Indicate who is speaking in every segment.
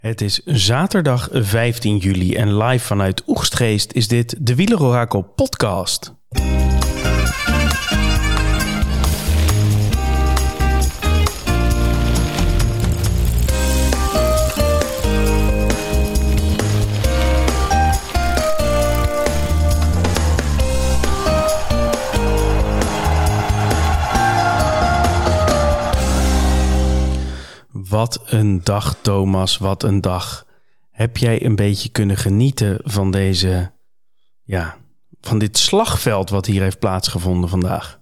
Speaker 1: Het is zaterdag 15 juli en live vanuit Oegstgeest is dit de Wielerorakel podcast. Wat een dag, Thomas, wat een dag. Heb jij een beetje kunnen genieten van van dit slagveld wat hier heeft plaatsgevonden vandaag?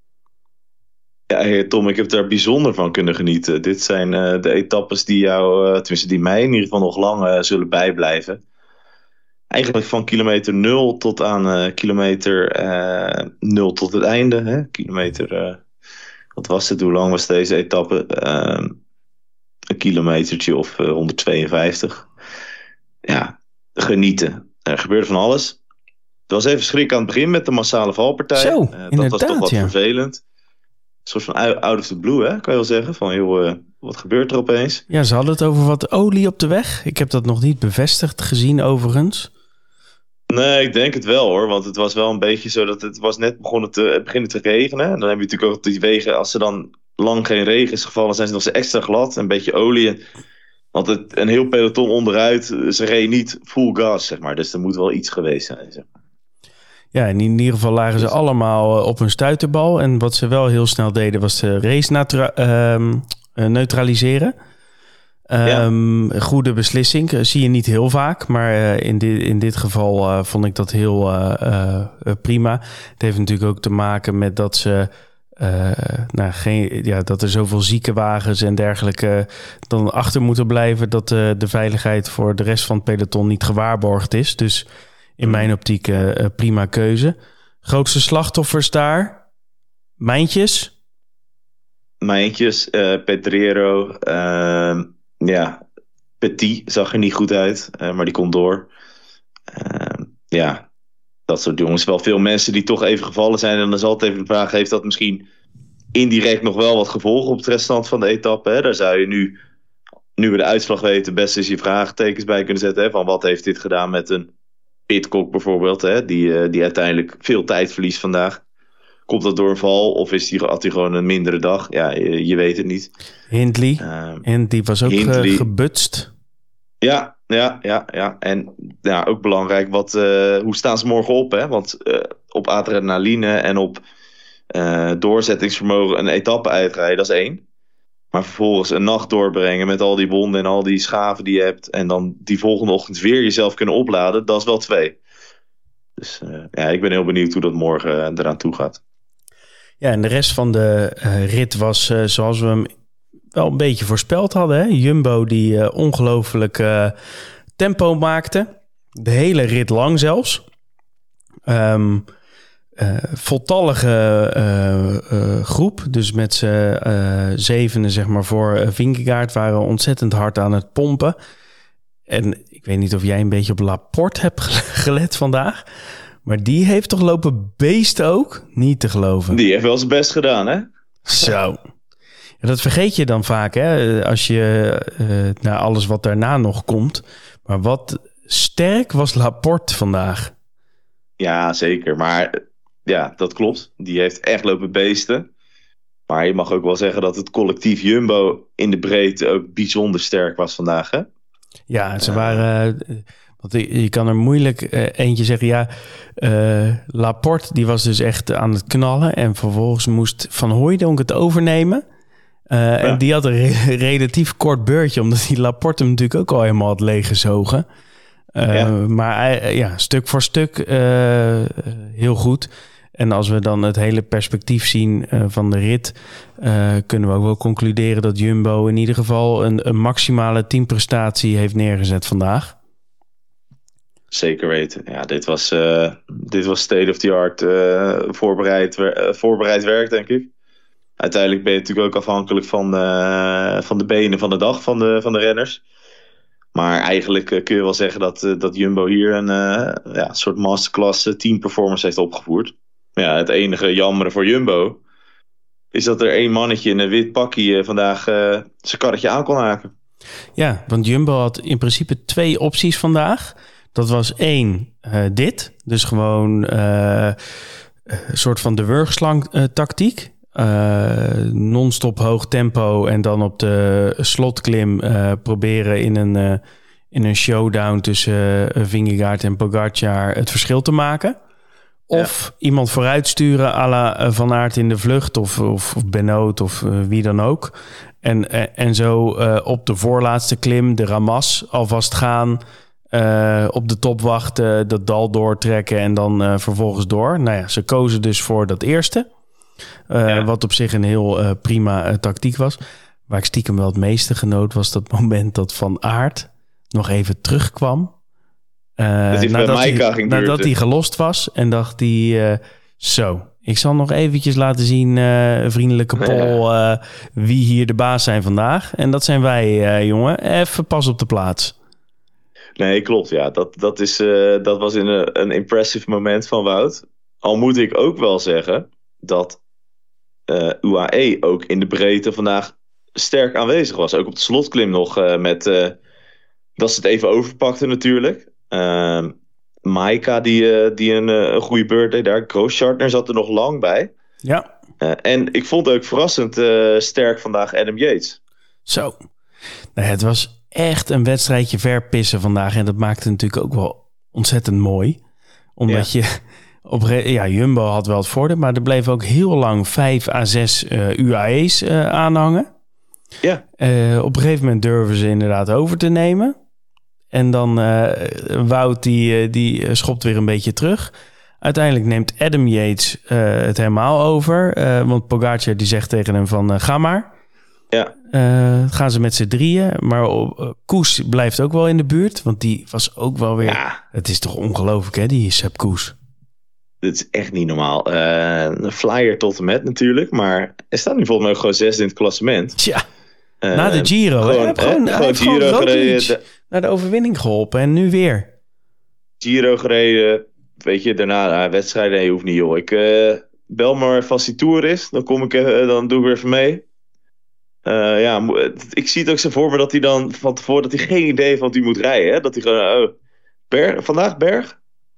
Speaker 2: Ja, Tom, ik heb daar bijzonder van kunnen genieten. Dit zijn de etappes die die mij in ieder geval nog lang zullen bijblijven. Eigenlijk van kilometer 0 tot aan kilometer 0 tot het einde. Hè? Kilometer, wat was het? Hoe lang was deze etappe? Een kilometertje of 152. Ja, genieten. Er gebeurde van alles. Het was even schrik aan het begin met de massale valpartij.
Speaker 1: Zo,
Speaker 2: dat was toch wat vervelend. Een soort van out of the blue, hè, kan je wel zeggen. Van, joh, wat gebeurt er opeens?
Speaker 1: Ja, ze hadden het over wat olie op de weg. Ik heb dat nog niet bevestigd gezien overigens.
Speaker 2: Nee, ik denk het wel hoor. Want het was wel een beetje zo dat het was net beginnen te regenen. En dan heb je natuurlijk ook die wegen, als er dan lang geen regen is gevallen, zijn ze nog eens extra glad. Een beetje olie. Want een heel peloton onderuit, ze reden niet full gas, zeg maar. Dus er moet wel iets geweest zijn, zeg maar.
Speaker 1: Ja, en in ieder geval lagen ze allemaal op hun stuiterbal. En wat ze wel heel snel deden, was de race neutraliseren. Goede beslissing. Zie je niet heel vaak, maar in dit geval vond ik dat heel prima. Het heeft natuurlijk ook te maken met dat ze dat er zoveel ziekenwagens en dergelijke dan achter moeten blijven, dat de veiligheid voor de rest van het peloton niet gewaarborgd is. Dus in mijn optiek prima keuze. Grootste slachtoffers daar? Mijntjes,
Speaker 2: Pedrero. Petit zag er niet goed uit, maar die komt door. Dat soort jongens. Wel veel mensen die toch even gevallen zijn. En dan is altijd even de vraag, heeft dat misschien indirect nog wel wat gevolgen op het restant van de etappe? Hè? Daar zou je nu we de uitslag weten, best eens je vraagtekens bij kunnen zetten. Hè? Van wat heeft dit gedaan met een Pidcock bijvoorbeeld, hè? Die uiteindelijk veel tijd verliest vandaag. Komt dat door een val of had hij gewoon een mindere dag? Ja, je weet het niet.
Speaker 1: Hindley was ook gebutst. Ja.
Speaker 2: En ook belangrijk, hoe staan ze morgen op? Hè? Want op adrenaline en op doorzettingsvermogen een etappe uitrijden, dat is 1. Maar vervolgens een nacht doorbrengen met al die wonden en al die schaven die je hebt. En dan die volgende ochtend weer jezelf kunnen opladen, dat is wel 2. Dus ik ben heel benieuwd hoe dat morgen eraan toe gaat.
Speaker 1: Ja, en de rest van de rit was zoals we hem wel een beetje voorspeld hadden. Hè? Jumbo die ongelooflijk tempo maakte. De hele rit lang zelfs. Voltallige groep. Dus met z'n zevenen zeg maar voor Vingegaard waren ontzettend hard aan het pompen. En ik weet niet of jij een beetje op Laporte hebt gelet vandaag. Maar die heeft toch lopen beesten ook? Niet te geloven.
Speaker 2: Die heeft wel zijn best gedaan, hè?
Speaker 1: Zo. Ja, dat vergeet je dan vaak, hè? Als je naar alles wat daarna nog komt. Maar wat sterk was Laporte vandaag.
Speaker 2: Ja, zeker. Maar ja, dat klopt. Die heeft echt lopen beesten. Maar je mag ook wel zeggen dat het collectief Jumbo in de breedte ook bijzonder sterk was vandaag, hè?
Speaker 1: Ja, ze waren... Want je kan er moeilijk eentje zeggen, ja, Laporte die was dus echt aan het knallen. En vervolgens moest Van Hooijdonk het overnemen. En die had een relatief kort beurtje, omdat die Laporte hem natuurlijk ook al helemaal had leeggezogen. Maar stuk voor stuk heel goed. En als we dan het hele perspectief zien van de rit, kunnen we ook wel concluderen dat Jumbo in ieder geval een maximale teamprestatie heeft neergezet vandaag.
Speaker 2: Zeker weten. Ja, dit was state of the art voorbereid werk, denk ik. Uiteindelijk ben je natuurlijk ook afhankelijk van de benen van de dag van de renners. Maar eigenlijk kun je wel zeggen dat Jumbo hier een soort masterclass team performance heeft opgevoerd. Ja, het enige jammere voor Jumbo is dat er 1 mannetje in een wit pakje vandaag zijn karretje aan kon haken.
Speaker 1: Ja, want Jumbo had in principe 2 opties vandaag. Dat was 1, dit. Dus gewoon een soort van de wurgslang tactiek. Non-stop hoog tempo en dan op de slotklim proberen in een showdown tussen Vingegaard en Pogačar het verschil te maken. Of iemand vooruit sturen à la Van Aert in de vlucht of Benoot of wie dan ook. En zo op de voorlaatste klim, de Ramas, alvast gaan. Op de top wachten, dat dal doortrekken en dan vervolgens door. Nou ja, ze kozen dus voor dat eerste. Wat op zich een heel prima tactiek was. Waar ik stiekem wel het meeste genoot was dat moment dat Van Aert nog even terugkwam. Nadat hij gelost was en dacht hij... zo, ik zal nog eventjes laten zien, vriendelijke Paul, wie hier de baas zijn vandaag. En dat zijn wij, jongen. Even pas op de plaats.
Speaker 2: Nee, klopt. Ja, dat was een impressive moment van Wout. Al moet ik ook wel zeggen dat UAE ook in de breedte vandaag sterk aanwezig was. Ook op de slotklim nog dat ze het even overpakten natuurlijk. Maika die een goede beurt deed daar. Grooschartner zat er nog lang bij.
Speaker 1: Ja.
Speaker 2: En ik vond ook verrassend sterk vandaag Adam Yates.
Speaker 1: Zo. Nou, het was echt een wedstrijdje verpissen vandaag. En dat maakte natuurlijk ook wel ontzettend mooi. Omdat je... Jumbo had wel het voordeel, maar er bleef ook heel lang 5 à 6 UAE's aanhangen.
Speaker 2: Ja.
Speaker 1: Op een gegeven moment durven ze inderdaad over te nemen. En dan Wout die schopt weer een beetje terug. Uiteindelijk neemt Adam Yates het helemaal over. Want Pogačar die zegt tegen hem van ga maar.
Speaker 2: Ja.
Speaker 1: Gaan ze met z'n drieën. Maar Koes blijft ook wel in de buurt. Want die was ook wel weer... Ja. Het is toch ongelooflijk hè, die Sepp Koes.
Speaker 2: Dit is echt niet normaal. Een flyer tot en met natuurlijk. Maar er staat nu volgens mij ook gewoon 6 in het klassement.
Speaker 1: Tja, na de Giro.
Speaker 2: Hij heeft Giro gereden.
Speaker 1: Naar de overwinning geholpen. En nu weer.
Speaker 2: Giro gereden. Weet je, daarna wedstrijden. Nee, hoeft niet joh. Ik bel maar even als die Tour is. Dan dan doe ik weer even mee. Ik zie het ook zo voor me dat hij dan van tevoren... dat hij geen idee heeft wat hij moet rijden. Hè? Dat hij gewoon... vandaag Berg?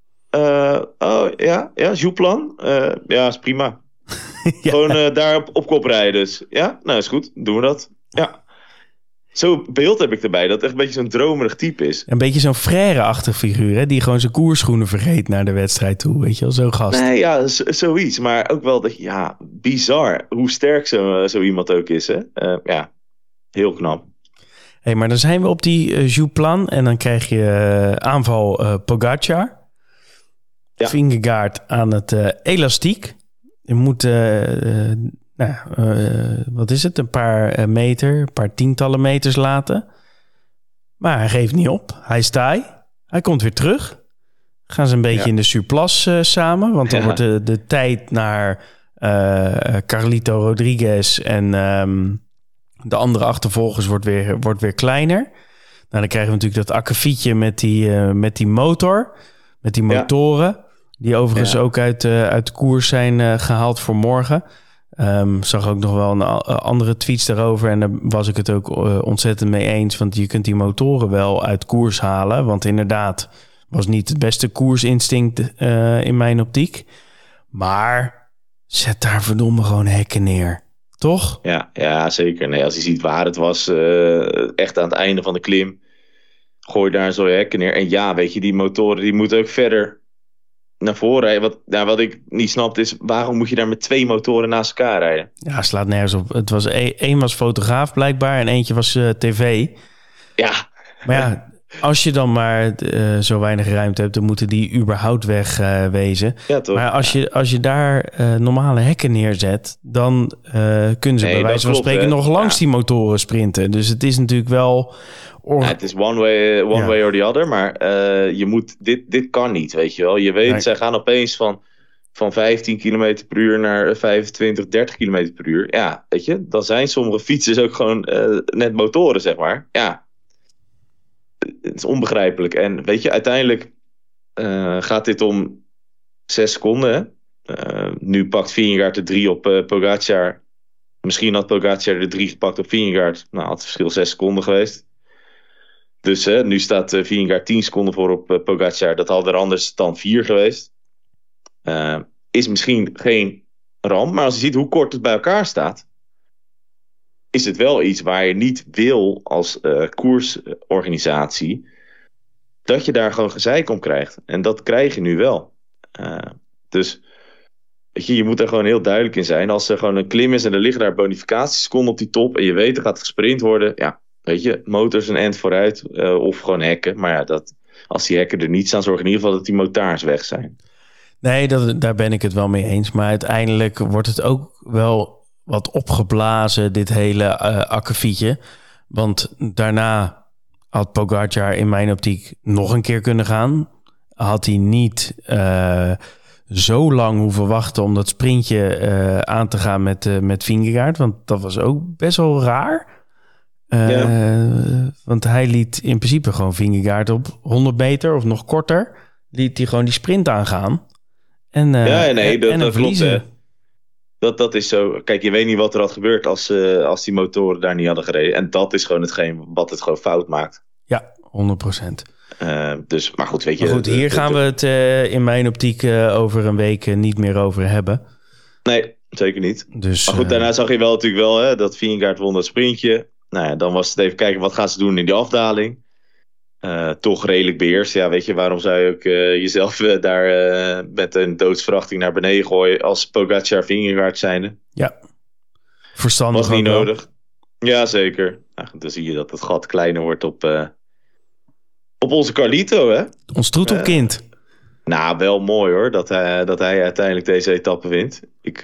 Speaker 2: Jouplan. Ja, is prima. Ja. Gewoon daar op kop rijden dus. Ja, nou is goed. Doen we dat. Ja. Zo'n beeld heb ik erbij. Dat het echt een beetje zo'n dromerig type is.
Speaker 1: Een beetje zo'n Frère-achtig figuur. Hè? Die gewoon zijn koerschoenen vergeet naar de wedstrijd toe. Weet je wel, zo'n gast.
Speaker 2: Nee, ja, zoiets. Maar ook wel dat bizar. Hoe sterk zo iemand ook is. Hè? Heel knap.
Speaker 1: Hey, maar dan zijn we op die Jouplan. En dan krijg je aanval Pogačar. Ja. Vingegaard aan het elastiek. Je moet, wat is het? Een paar meter, een paar tientallen meters laten. Maar hij geeft niet op. Hij is taai. Hij komt weer terug. Gaan ze een beetje in de surplus samen. Want dan wordt de tijd naar Carlito Rodriguez en de andere achtervolgers wordt weer kleiner. Nou, dan krijgen we natuurlijk dat akkefietje met die motor. Met die motoren. Die overigens ook uit de koers zijn gehaald voor morgen. Zag ook nog wel een andere tweets daarover. En daar was ik het ook ontzettend mee eens. Want je kunt die motoren wel uit koers halen. Want inderdaad, was niet het beste koersinstinct in mijn optiek. Maar zet daar verdomme gewoon hekken neer. Toch?
Speaker 2: Ja, zeker. Nee, als je ziet waar het was, echt aan het einde van de klim, gooi daar zo je hekken neer. En ja, weet je, die motoren die moeten ook verder naar voren rijden. Wat ik niet snapte is, waarom moet je daar met 2 motoren naast elkaar rijden?
Speaker 1: Ja, slaat nergens op. Het was één was fotograaf blijkbaar en eentje was tv.
Speaker 2: Ja.
Speaker 1: Maar ja, als je dan maar zo weinig ruimte hebt, dan moeten die überhaupt wezen.
Speaker 2: Ja, toch?
Speaker 1: Maar als je daar normale hekken neerzet, dan kunnen ze bij wijze van spreken nog langs die motoren sprinten. Dus het is natuurlijk wel...
Speaker 2: het is one way or the other, maar je moet dit kan niet, weet je wel. Je weet, zij gaan opeens van 15 km per uur naar 25, 30 km per uur. Ja, weet je, dan zijn sommige fietsers ook gewoon net motoren, zeg maar. Ja, het is onbegrijpelijk. En weet je, uiteindelijk gaat dit om 6 seconden. Nu pakt Vingegaard de 3 op Pogačar. Misschien had Pogačar de 3 gepakt op Vingegaard. Nou, had het verschil 6 seconden geweest. Dus nu staat Vingegaard 10 seconden voor op Pogacar. Dat had er anders dan 4 geweest. Is misschien geen ramp, maar als je ziet hoe kort het bij elkaar staat, is het wel iets waar je niet wil als koersorganisatie, dat je daar gewoon gezeik om krijgt. En dat krijg je nu wel. Dus weet je moet er gewoon heel duidelijk in zijn. Als er gewoon een klim is en er liggen daar bonificatieseconden op die top en je weet er gaat gesprint worden, ja, weet je, motors een end vooruit of gewoon hekken. Maar ja, als die hekken er niet staan, zorgen in ieder geval dat die motards weg zijn.
Speaker 1: Nee, daar ben ik het wel mee eens. Maar uiteindelijk wordt het ook wel wat opgeblazen, dit hele akkefietje. Want daarna had Pogacar in mijn optiek nog een keer kunnen gaan. Had hij niet zo lang hoeven wachten om dat sprintje aan te gaan met Vingegaard. Want dat was ook best wel raar. Want hij liet in principe gewoon Vingegaard op 100 meter of nog korter. Liet hij gewoon die sprint aangaan. En
Speaker 2: dat klopt. Dat is zo. Kijk, je weet niet wat er had gebeurd als die motoren daar niet hadden gereden. En dat is gewoon hetgeen wat het gewoon fout maakt.
Speaker 1: Ja, 100%.
Speaker 2: Dus, maar goed, weet je.
Speaker 1: Maar goed, hier gaan we het in mijn optiek over een week niet meer over hebben.
Speaker 2: Nee, zeker niet.
Speaker 1: Dus,
Speaker 2: maar goed, daarna zag je wel natuurlijk wel dat Vingegaard won dat sprintje. Nou ja, dan was het even kijken wat gaan ze doen in die afdaling. Toch redelijk beheerst. Ja, weet je, waarom zou je ook jezelf daar met een doodsverachting naar beneden gooien als Pogacar Vingegaard zijnde?
Speaker 1: Ja, verstandig.
Speaker 2: Was niet nodig. Ja, zeker. Nou, dan zie je dat het gat kleiner wordt op onze Carlito, hè?
Speaker 1: Ons troetelkind.
Speaker 2: Nou, wel mooi hoor, dat hij uiteindelijk deze etappe wint.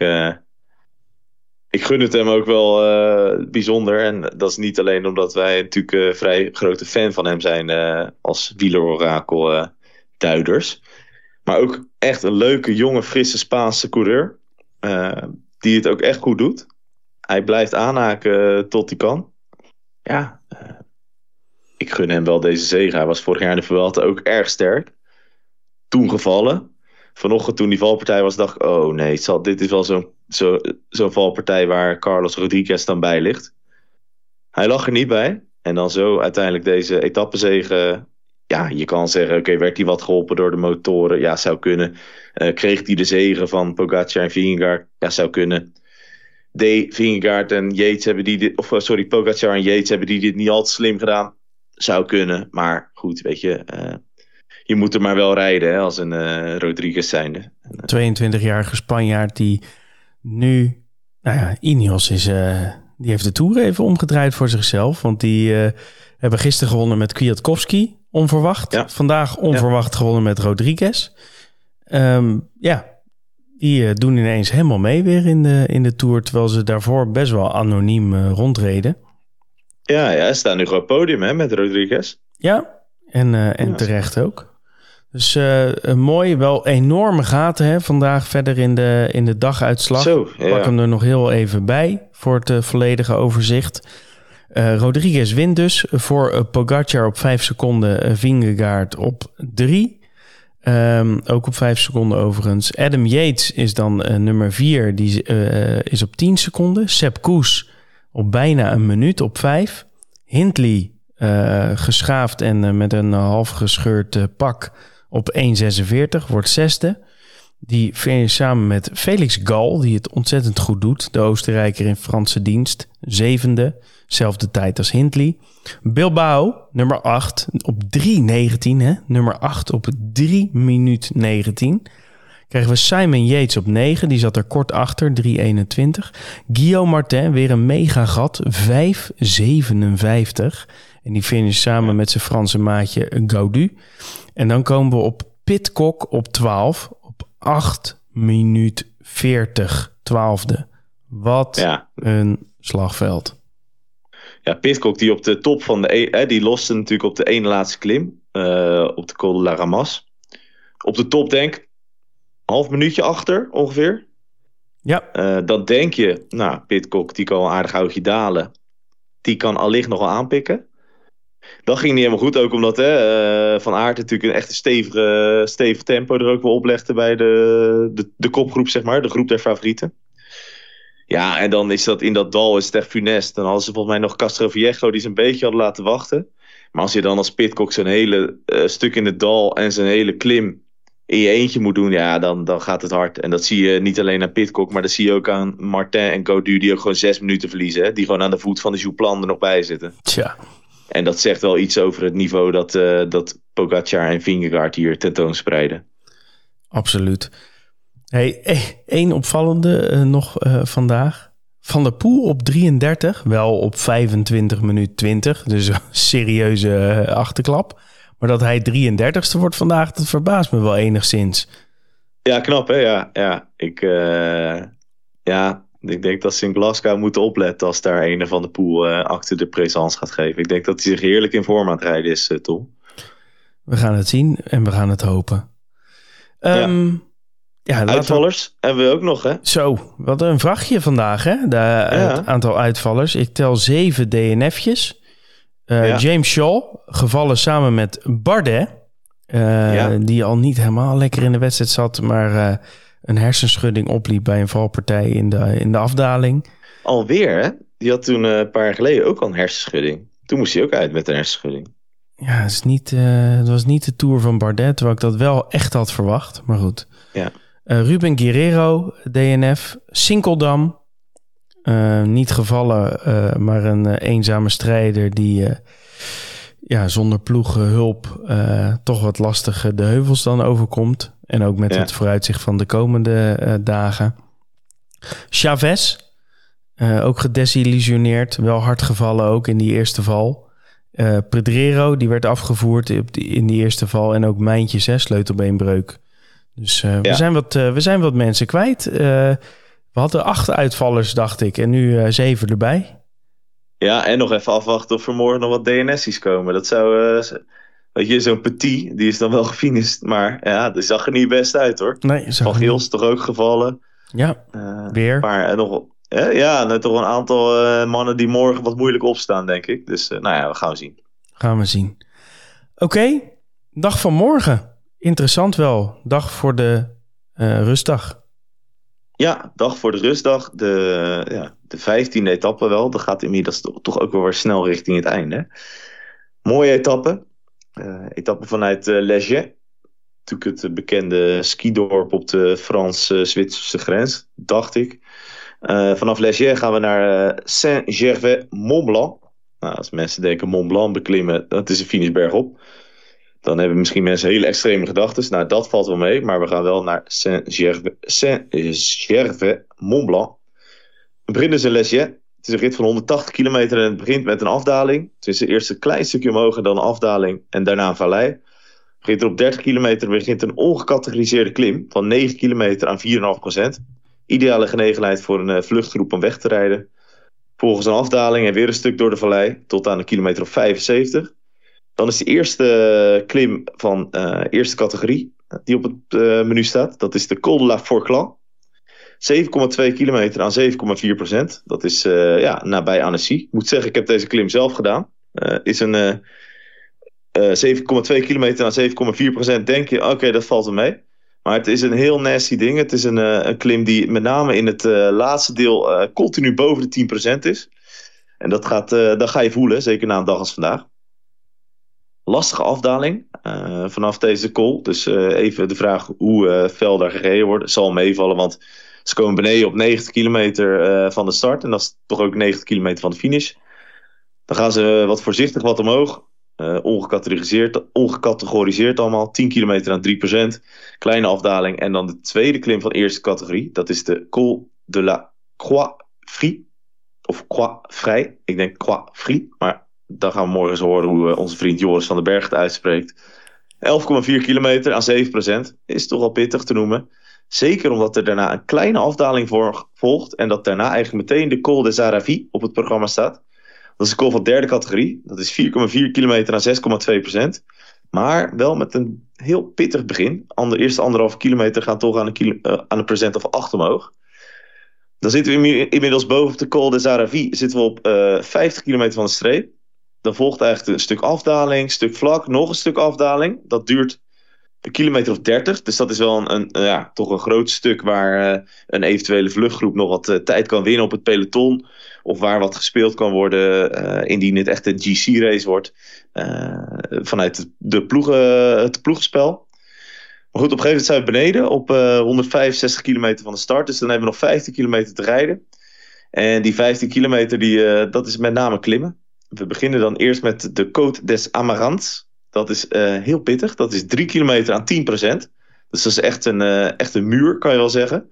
Speaker 2: Ik gun het hem ook wel bijzonder. En dat is niet alleen omdat wij natuurlijk vrij grote fan van hem zijn als wielerorakel duiders. Maar ook echt een leuke, jonge, frisse Spaanse coureur. Die het ook echt goed doet. Hij blijft aanhaken tot hij kan. Ja, ik gun hem wel deze zege. Hij was vorig jaar in de Vuelta ook erg sterk. Toen gevallen. Vanochtend toen die valpartij was, dacht ik, oh nee, dit is wel zo'n valpartij waar Carlos Rodriguez dan bij ligt. Hij lag er niet bij. En dan zo uiteindelijk deze etappezege. Ja, je kan zeggen, oké, werd hij wat geholpen door de motoren? Ja, zou kunnen. Kreeg hij de zege van Pogacar en Vingegaard? Ja, zou kunnen. Vingegaard en Yates hebben Pogacar en Yates hebben die dit niet al te slim gedaan? Zou kunnen. Maar goed, weet je, je moet er maar wel rijden hè, als een Rodriguez zijnde.
Speaker 1: 22-jarige Spanjaard die nu, nou ja, Ineos is, die heeft de Tour even omgedraaid voor zichzelf. Want die hebben gisteren gewonnen met Kwiatkowski, onverwacht. Ja. Vandaag onverwacht gewonnen met Rodriguez. Die doen ineens helemaal mee weer in de Tour, terwijl ze daarvoor best wel anoniem rondreden.
Speaker 2: Ja, ze staan nu gewoon podium hè, met Rodriguez.
Speaker 1: Ja, en terecht ook. Dus mooi, wel enorme gaten hè, vandaag verder in de daguitslag.
Speaker 2: Zo, ja.
Speaker 1: Pak hem er nog heel even bij voor het volledige overzicht. Rodriguez wint dus voor Pogacar op 5 seconden, Vingegaard op 3. Ook op 5 seconden overigens. Adam Yates is dan nummer 4, die is op 10 seconden. Sepp Kuss op bijna een minuut op 5. Hindley geschaafd en met een half gescheurd pak op 1,46, wordt 6e. Die finish samen met Felix Gal, die het ontzettend goed doet. De Oostenrijker in Franse dienst, 7e. Zelfde tijd als Hindley. Bilbao, nummer 8, op 3,19. Nummer 8 op 3 minuut 19. Krijgen we Simon Yates op 9. Die zat er kort achter, 3,21. Guillaume Martin, weer een mega gat, 5,57. En die finish samen met zijn Franse maatje Gaudu. En dan komen we op Pidcock op 12. Op 8 minuut 40, 12e. Wat een slagveld.
Speaker 2: Ja, Pidcock die op de top van die loste natuurlijk op de ene laatste klim. Op de Col de la Ramas. Op de top denk half minuutje achter ongeveer.
Speaker 1: Ja.
Speaker 2: Dan denk je, nou, Pidcock die kan een aardig houtje dalen. Die kan allicht nog wel aanpikken. Dat ging niet helemaal goed, ook omdat Van Aert natuurlijk een echt stevig tempo er ook wel oplegde bij de kopgroep, zeg maar. De groep der favorieten. Ja, en dan is dat in dat dal is het echt funest. Dan hadden ze volgens mij nog Castroviejo die ze een beetje hadden laten wachten. Maar als je dan als Pidcock zo'n hele stuk in het dal en zijn hele klim in je eentje moet doen, ja, dan gaat het hard. En dat zie je niet alleen aan Pidcock, maar dat zie je ook aan Martin en Gaudu, die ook gewoon 6 minuten verliezen. Hè? Die gewoon aan de voet van de Jouplan er nog bij zitten.
Speaker 1: Tja.
Speaker 2: En dat zegt wel iets over het niveau dat Pogacar en Vingegaard hier tentoonspreiden.
Speaker 1: Absoluut. Hey, één opvallende nog vandaag. Van der Poel op 33, wel op 25 minuut 20. Dus een serieuze achterklap. Maar dat hij 33ste wordt vandaag, dat verbaast me wel enigszins.
Speaker 2: Ja, knap hè? Ik denk dat ze in Glasgow moeten opletten als daar een van de Poel acte de présence gaat geven. Ik denk dat hij zich heerlijk in vorm aan het rijden is, Tom.
Speaker 1: We gaan het zien en we gaan het hopen.
Speaker 2: Uitvallers hebben we ook nog, hè?
Speaker 1: Zo, wat een vrachtje vandaag, hè? Het aantal uitvallers. Ik tel 7 DNF'jes. James Shaw, gevallen samen met Bardet. Die al niet helemaal lekker in de wedstrijd zat, maar een hersenschudding opliep bij een valpartij in de afdaling.
Speaker 2: Alweer, hè? Die had toen een paar jaar geleden ook al een hersenschudding. Toen moest hij ook uit met een hersenschudding.
Speaker 1: Ja, het was niet de Tour van Bardet, terwijl ik dat wel echt had verwacht. Maar goed.
Speaker 2: Ja.
Speaker 1: Ruben Guerrero, DNF. Sinkeldam, niet gevallen, maar een eenzame strijder die zonder ploeghulp toch wat lastig de heuvels dan overkomt. En ook met het vooruitzicht van de komende dagen. Chavez, ook gedesillusioneerd, wel hard gevallen ook in die eerste val. Pedrero, die werd afgevoerd in die eerste val. En ook Mijntjes, sleutelbeenbreuk. Dus we zijn wat mensen kwijt. We hadden 8 uitvallers, dacht ik. En nu 7 erbij.
Speaker 2: Ja, en nog even afwachten of er morgen nog wat DNS'jes komen. Dat zou... weet je, zo'n Petit, die is dan wel gefinist. Maar ja, die zag er niet best uit, hoor.
Speaker 1: Nee,
Speaker 2: Van Gils toch ook gevallen.
Speaker 1: Ja, weer.
Speaker 2: Maar nog... toch een aantal mannen die morgen wat moeilijk opstaan, denk ik. Dus we gaan zien.
Speaker 1: Gaan we zien. Oké, dag van morgen. Interessant wel. Dag voor de rustdag.
Speaker 2: Ja, dag voor de rustdag. De 15e etappe wel. Dat gaat inmiddels toch ook wel weer snel richting het einde. Mooie etappe. Etappe vanuit Leger. Natuurlijk het bekende skidorp op de Frans-Zwitserse grens, dacht ik. Vanaf Leger gaan we naar Saint-Gervais-Mont-Blanc. Nou, als mensen denken Mont-Blanc beklimmen, dat is een finishberg op. Dan hebben misschien mensen hele extreme gedachten. Nou, dat valt wel mee. Maar we gaan wel naar Saint-Gervais-Mont-Blanc. We beginnen dus in Leger. Het is een rit van 180 kilometer en het begint met een afdaling. Het is eerst een klein stukje omhoog en dan een afdaling en daarna een vallei. Het begint er op 30 kilometer begint een ongecategoriseerde klim van 9 kilometer aan 4,5%. Ideale gelegenheid voor een vluchtgroep om weg te rijden. Volgens een afdaling en weer een stuk door de vallei tot aan een kilometer of 75. Dan is de eerste klim van eerste categorie die op het menu staat. Dat is de Col de la Forclaz. 7,2 kilometer aan 7,4%. Dat is nabij Annecy. Ik moet zeggen, ik heb deze klim zelf gedaan. Is een 7,2 kilometer aan 7,4%. Denk je, oké, dat valt er mee. Maar het is een heel nasty ding. Het is een klim die met name in het laatste deel continu boven de 10% is. En dat ga je voelen, zeker na een dag als vandaag. Lastige afdaling vanaf deze col. Dus even de vraag hoe fel daar gereden wordt. Het zal meevallen, want ze komen beneden op 90 kilometer van de start. En dat is toch ook 90 kilometer van de finish. Dan gaan ze wat voorzichtig wat omhoog. Ongecategoriseerd allemaal. 10 kilometer aan 3%. Kleine afdaling. En dan de tweede klim van eerste categorie. Dat is de Col de la Croix-Frie. Of Croix-Vrij. Ik denk Croix-Frie. Maar dan gaan we morgen eens horen hoe onze vriend Joris van den Berg het uitspreekt. 11,4 kilometer aan 7%. Is toch al pittig te noemen. Zeker omdat er daarna een kleine afdaling volgt. En dat daarna eigenlijk meteen de Col des Aravis op het programma staat. Dat is een col van derde categorie. Dat is 4,4 kilometer aan 6,2%. Maar wel met een heel pittig begin. De eerste 1,5 kilometer gaan toch aan een procent of 8 omhoog. Dan zitten we inmiddels boven de Col des Aravis. Zitten we op 50 kilometer van de streep. Dan volgt eigenlijk een stuk afdaling, stuk vlak, nog een stuk afdaling. Dat duurt een kilometer of 30. Dus dat is wel toch een groot stuk waar een eventuele vluchtgroep nog wat tijd kan winnen op het peloton. Of waar wat gespeeld kan worden indien het echt een GC-race wordt. Vanuit het ploegenspel. Maar goed, op een gegeven moment zijn we beneden op 165 kilometer van de start. Dus dan hebben we nog 15 kilometer te rijden. En die 15 kilometer, dat is met name klimmen. We beginnen dan eerst met de Côte des Amarants. Dat is heel pittig. Dat is 3 kilometer aan 10%. Dus dat is echt een muur, kan je wel zeggen.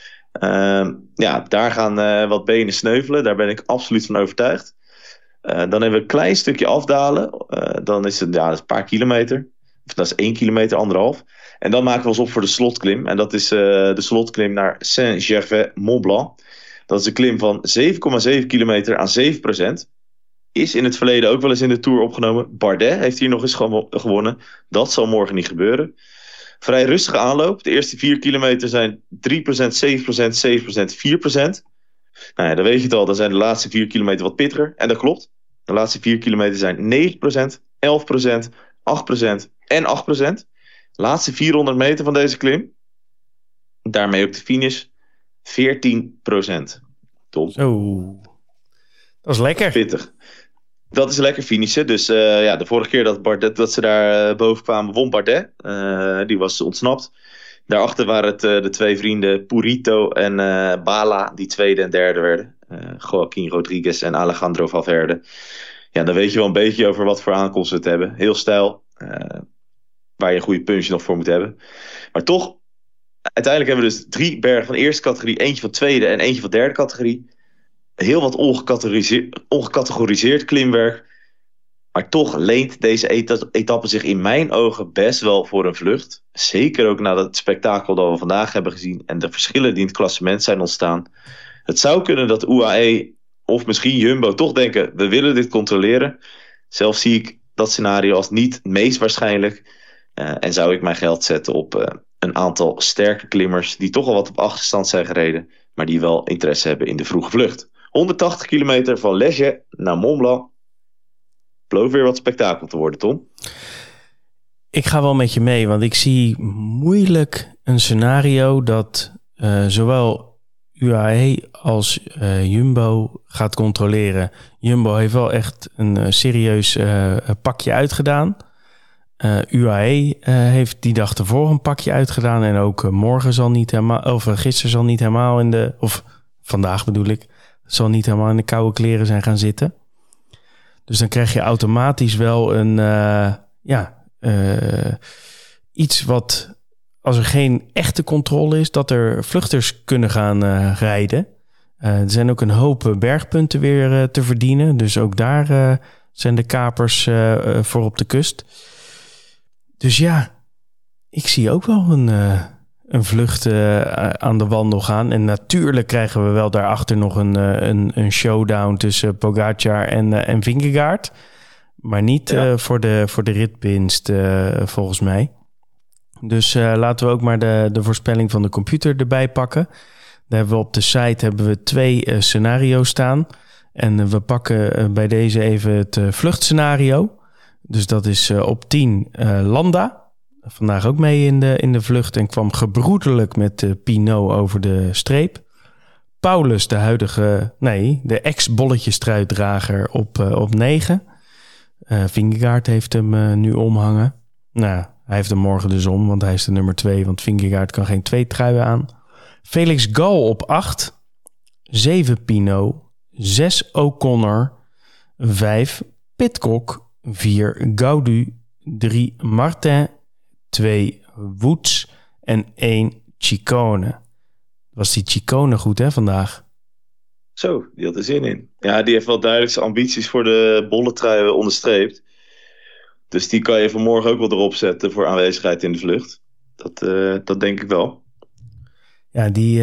Speaker 2: Daar gaan wat benen sneuvelen. Daar ben ik absoluut van overtuigd. Dan hebben we een klein stukje afdalen. Dan is het dat is een paar kilometer. Of dat is 1 kilometer, 1,5. En dan maken we ons op voor de slotklim. En dat is de slotklim naar Saint-Gervais-Mont-Blanc. Dat is een klim van 7,7 kilometer aan 7%. Is in het verleden ook wel eens in de Tour opgenomen. Bardet heeft hier nog eens gewonnen. Dat zal morgen niet gebeuren. Vrij rustige aanloop. De eerste 4 kilometer zijn 3%, 7%, 7%, 4%. Nou ja, dan weet je het al. Dan zijn de laatste 4 kilometer wat pittiger. En dat klopt. De laatste 4 kilometer zijn 9%, 11%, 8% en 8%. De laatste 400 meter van deze klim. Daarmee ook de finish. 14%. Tom.
Speaker 1: Zo. Dat is lekker.
Speaker 2: Pittig. Dat is lekker finishen. Dus de vorige keer dat ze daar boven kwamen, won Bardet. Die was ontsnapt. Daarachter waren het de 2 vrienden Purito en Bala, die tweede en derde werden. Joaquín Rodriguez en Alejandro Valverde. Ja, dan weet je wel een beetje over wat voor aankomst we het hebben. Heel stijl. Waar je een goede punch nog voor moet hebben. Maar toch, uiteindelijk hebben we dus 3 bergen van eerste categorie, eentje van tweede en eentje van derde categorie. Heel wat ongecategoriseerd klimwerk. Maar toch leent deze etappe zich in mijn ogen best wel voor een vlucht. Zeker ook na het spektakel dat we vandaag hebben gezien. En de verschillen die in het klassement zijn ontstaan. Het zou kunnen dat UAE of misschien Jumbo toch denken, we willen dit controleren. Zelf zie ik dat scenario als niet het meest waarschijnlijk. En zou ik mijn geld zetten op een aantal sterke klimmers die toch al wat op achterstand zijn gereden. Maar die wel interesse hebben in de vroege vlucht. 180 kilometer van Léger naar Mont Blanc. Belooft weer wat spektakel te worden, Tom.
Speaker 1: Ik ga wel met je mee, want ik zie moeilijk een scenario dat zowel UAE als Jumbo gaat controleren. Jumbo heeft wel echt een serieus pakje uitgedaan. UAE heeft die dag ervoor een pakje uitgedaan. En ook morgen zal niet helemaal, of gisteren zal niet helemaal of vandaag bedoel ik, zal niet helemaal in de koude kleren zijn gaan zitten. Dus dan krijg je automatisch wel iets wat, als er geen echte controle is, dat er vluchters kunnen gaan rijden. Er zijn ook een hoop bergpunten weer te verdienen. Dus ook daar zijn de kapers voor op de kust. Dus ja, ik zie ook wel een vlucht aan de wandel gaan. En natuurlijk krijgen we wel daarachter nog een showdown tussen Pogacar en Vingegaard. Maar niet voor de ritwinst volgens mij. Dus laten we ook maar de voorspelling van de computer erbij pakken. Daar hebben we op de site 2 scenario's staan. En we pakken bij deze even het vluchtscenario. Dus dat is op 10 Landa. Vandaag ook mee in de vlucht en kwam gebroedelijk met Pinot over de streep. Paulus, de ex-bolletjestruitdrager op 9. Vingegaard heeft hem nu omhangen. Nou, hij heeft hem morgen dus om, want hij is de nummer 2. Want Vingegaard kan geen 2 truien aan. Felix Gal op 8. 7 Pinot. 6 O'Connor. 5 Pidcock. 4 Gaudu. 3 Martin. 2 Woods. En 1 Ciccone. Was die Ciccone goed hè vandaag?
Speaker 2: Zo, die had er zin in. Ja, die heeft wel duidelijk zijn ambities voor de bolletrui onderstreept. Dus die kan je vanmorgen ook wel erop zetten voor aanwezigheid in de vlucht. Dat denk ik wel.
Speaker 1: Ja, die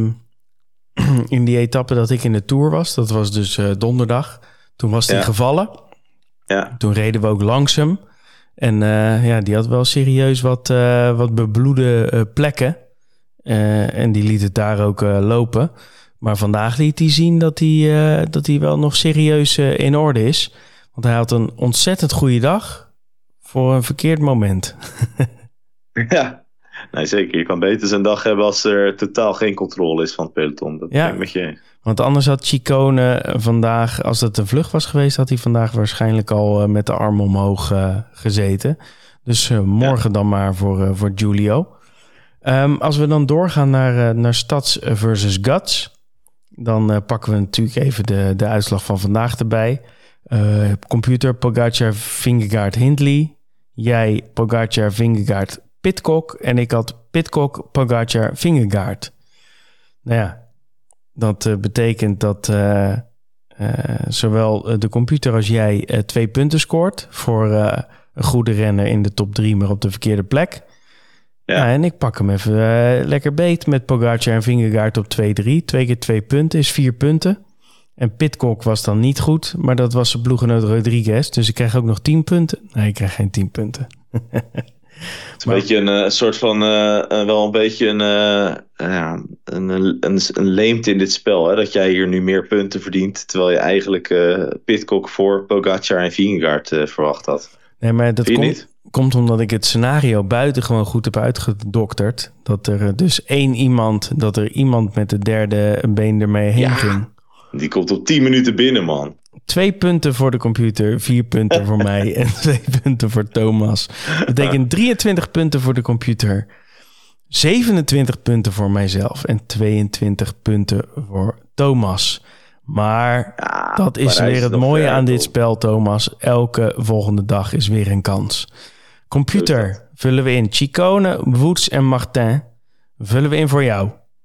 Speaker 1: in die etappe dat ik in de Tour was, dat was dus donderdag. Toen was die gevallen. Ja. Toen reden we ook langs hem. En die had wel serieus wat bebloede plekken. En die liet het daar ook lopen. Maar vandaag liet hij zien dat hij wel nog serieus in orde is. Want hij had een ontzettend goede dag voor een verkeerd moment.
Speaker 2: Ja, nee, zeker. Je kan beter zijn dag hebben als er totaal geen controle is van het peloton. Dat ben ik met je eens.
Speaker 1: Want anders had Ciccone vandaag, als het een vlucht was geweest, had hij vandaag waarschijnlijk al met de arm omhoog gezeten. Dus morgen dan maar voor Giulio. Als we dan doorgaan naar Stads versus Guts, dan pakken we natuurlijk even de uitslag van vandaag erbij. Computer, Pogacar, Vingegaard, Hindley. Jij, Pogacar, Vingegaard, Pidcock. En ik had Pidcock, Pogacar, Vingegaard. Nou ja, dat betekent dat zowel de computer als jij 2 punten scoort voor een goede renner in de top 3, maar op de verkeerde plek. Ja, en ik pak hem even lekker beet met Pogacar en Vingegaard op 2-3. 2 keer 2 punten is 4 punten. En Pidcock was dan niet goed, maar dat was zijn ploeggenoot Rodriguez. Dus ik krijg ook nog 10 punten. Nee, ik krijg geen 10 punten.
Speaker 2: Het is een beetje een soort van, wel een beetje een leemte in dit spel. Hè? Dat jij hier nu meer punten verdient, terwijl je eigenlijk Pidcock voor Pogacar en Vingegaard verwacht had.
Speaker 1: Nee, maar dat komt omdat ik het scenario buitengewoon goed heb uitgedokterd. Dat er dus dat er iemand met de derde been ermee heen ging.
Speaker 2: Die komt op 10 minuten binnen, man.
Speaker 1: 2 punten voor de computer, 4 punten voor mij en 2 punten voor Thomas. Dat betekent 23 punten voor de computer, 27 punten voor mijzelf en 22 punten voor Thomas. Maar dat is weer het mooie aan dit spel, Thomas. Elke volgende dag is weer een kans. Computer, vullen we in. Ciccone, Woods en Martin vullen we in voor jou.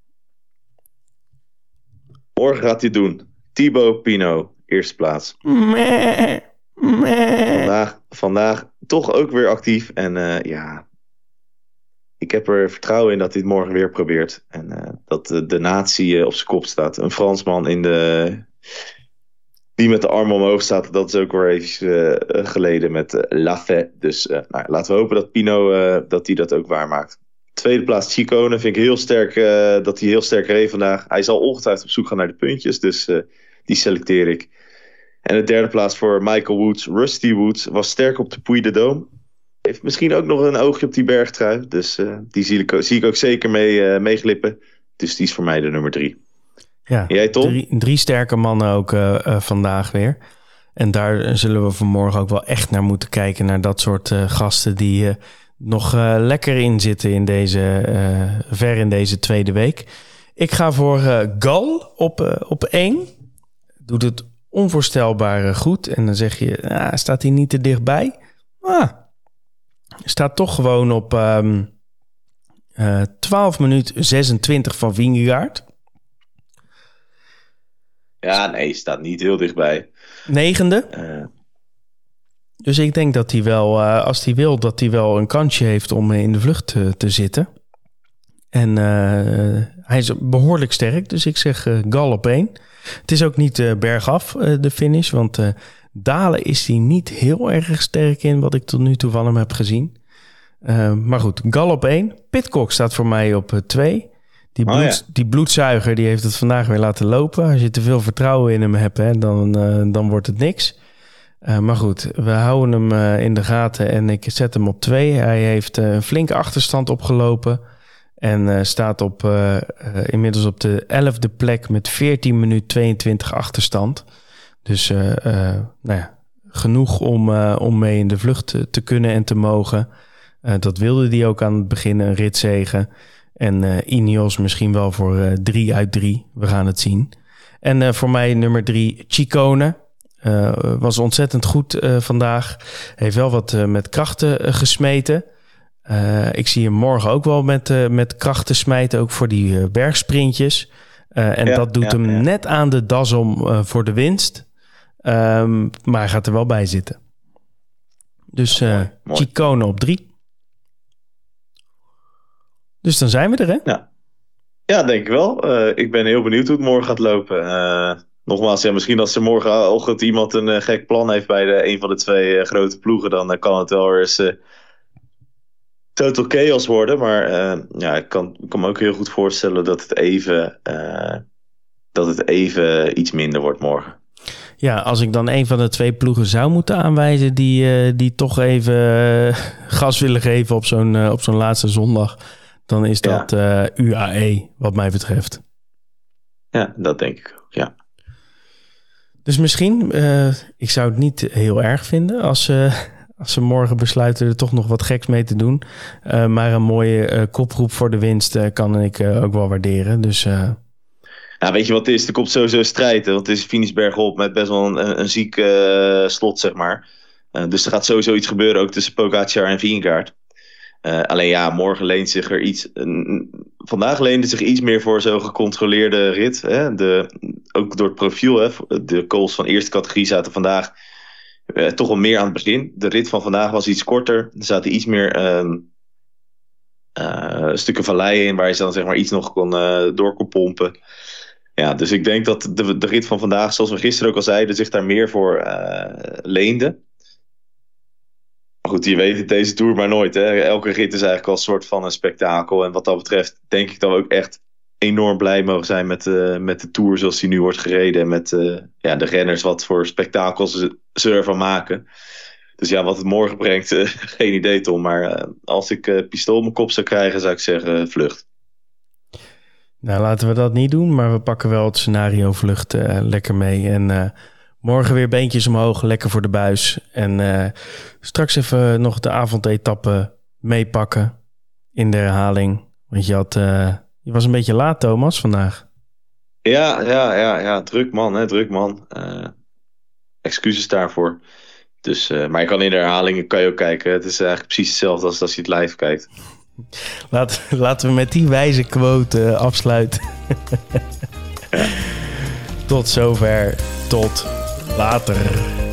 Speaker 2: Morgen gaat hij doen. Thibaut Pinot, eerste plaats. Vandaag toch ook weer actief. En ik heb er vertrouwen in dat hij het morgen weer probeert. En dat de natie op zijn kop staat. Een Fransman die met de arm omhoog staat. Dat is ook weer even geleden met Lafay. Dus laten we hopen dat Pinot dat hij dat ook waarmaakt. Tweede plaats Ciccone vind ik heel sterk dat hij heel sterk reed vandaag. Hij zal ongetwijfeld op zoek gaan naar de puntjes, dus die selecteer ik. En de derde plaats voor Michael Woods. Rusty Woods was sterk op de Puy de Dôme. Heeft misschien ook nog een oogje op die bergtrui. Dus die zie ik ook zeker meeglippen. Dus die is voor mij de nummer 3.
Speaker 1: Ja,
Speaker 2: en jij, Tom?
Speaker 1: 3 sterke mannen ook vandaag weer. En daar zullen we vanmorgen ook wel echt naar moeten kijken. Naar dat soort gasten die nog lekker in zitten in ver in deze tweede week. Ik ga voor Gal op 1. Doet het onvoorstelbaar goed. En dan zeg je, staat hij niet te dichtbij? Staat toch gewoon op 12 minuten 26 van Vingegaard.
Speaker 2: Ja, nee, staat niet heel dichtbij.
Speaker 1: 9e. Dus ik denk dat hij wel, als hij wil, dat hij wel een kansje heeft om in de vlucht te zitten. En hij is behoorlijk sterk, dus ik zeg Gal op 1. Het is ook niet bergaf, de finish, want dalen is hij niet heel erg sterk in, wat ik tot nu toe van hem heb gezien. Maar goed, Gal op 1. Pidcock staat voor mij op 2. Die bloedzuiger die heeft het vandaag weer laten lopen. Als je te veel vertrouwen in hem hebt, dan wordt het niks. Maar goed, we houden hem in de gaten en ik zet hem op 2. Hij heeft een flinke achterstand opgelopen en staat inmiddels op de 11e plek met 14 minuten 22 achterstand. Dus genoeg om mee in de vlucht te kunnen en te mogen. Dat wilde hij ook aan het begin, een ritzege. En Ineos misschien wel voor 3 uit 3. We gaan het zien. En voor mij nummer 3, Ciccone. Was ontzettend goed vandaag. Heeft wel wat met krachten gesmeten. Ik zie hem morgen ook wel met krachten smijten. Ook voor die bergsprintjes. Dat doet hem net aan de das om voor de winst. Maar hij gaat er wel bij zitten. Dus mooi. Ciccone op 3. Dus dan zijn we er, hè?
Speaker 2: Ja, denk ik wel. Ik ben heel benieuwd hoe het morgen gaat lopen. Nogmaals, misschien als er morgenochtend iemand een gek plan heeft bij een van de 2 grote ploegen, dan kan het wel eens total chaos worden. Maar ik kan me ook heel goed voorstellen dat het even iets minder wordt morgen.
Speaker 1: Ja, als ik dan een van de 2 ploegen zou moeten aanwijzen die toch even gas willen geven op zo'n laatste zondag, dan is dat UAE, wat mij betreft.
Speaker 2: Ja, dat denk ik ook, ja.
Speaker 1: Dus misschien, ik zou het niet heel erg vinden als ze morgen besluiten er toch nog wat geks mee te doen. Maar een mooie koproep voor de winst kan ik ook wel waarderen. Dus...
Speaker 2: Ja, weet je wat het is? Er komt sowieso strijd. Want het is finish bergop met best wel een ziek slot, zeg maar. Dus er gaat sowieso iets gebeuren ook tussen Pogacar en Vingegaard. Alleen ja, morgen leent zich er iets... vandaag leende zich iets meer voor zo'n gecontroleerde rit. Hè? Ook door het profiel. Hè? De calls van eerste categorie zaten vandaag toch wel meer aan het begin. De rit van vandaag was iets korter. Er zaten iets meer stukken valleien in waar je dan zeg maar iets nog door kon pompen. Ja, dus ik denk dat de rit van vandaag, zoals we gisteren ook al zeiden, zich daar meer voor leende. Maar goed, je weet het deze Tour maar nooit. Hè? Elke rit is eigenlijk al een soort van een spektakel. En wat dat betreft denk ik dat we ook echt enorm blij mogen zijn met de Tour zoals die nu wordt gereden. En met de renners, wat voor spektakels ze ervan maken. Dus ja, wat het morgen brengt, geen idee, Tom. Maar als ik pistool op mijn kop zou krijgen, zou ik zeggen vlucht.
Speaker 1: Nou, laten we dat niet doen, maar we pakken wel het scenario vlucht lekker mee. En morgen weer beentjes omhoog, lekker voor de buis. En straks even nog de avondetappe meepakken in de herhaling. Want je was een beetje laat, Thomas, vandaag.
Speaker 2: Ja, druk man, hè, druk man. Excuses daarvoor. Dus, maar je kan in de herhalingen kan je ook kijken. Het is eigenlijk precies hetzelfde als je het live kijkt.
Speaker 1: Laten we met die wijze quote afsluiten. Tot zover. Tot later.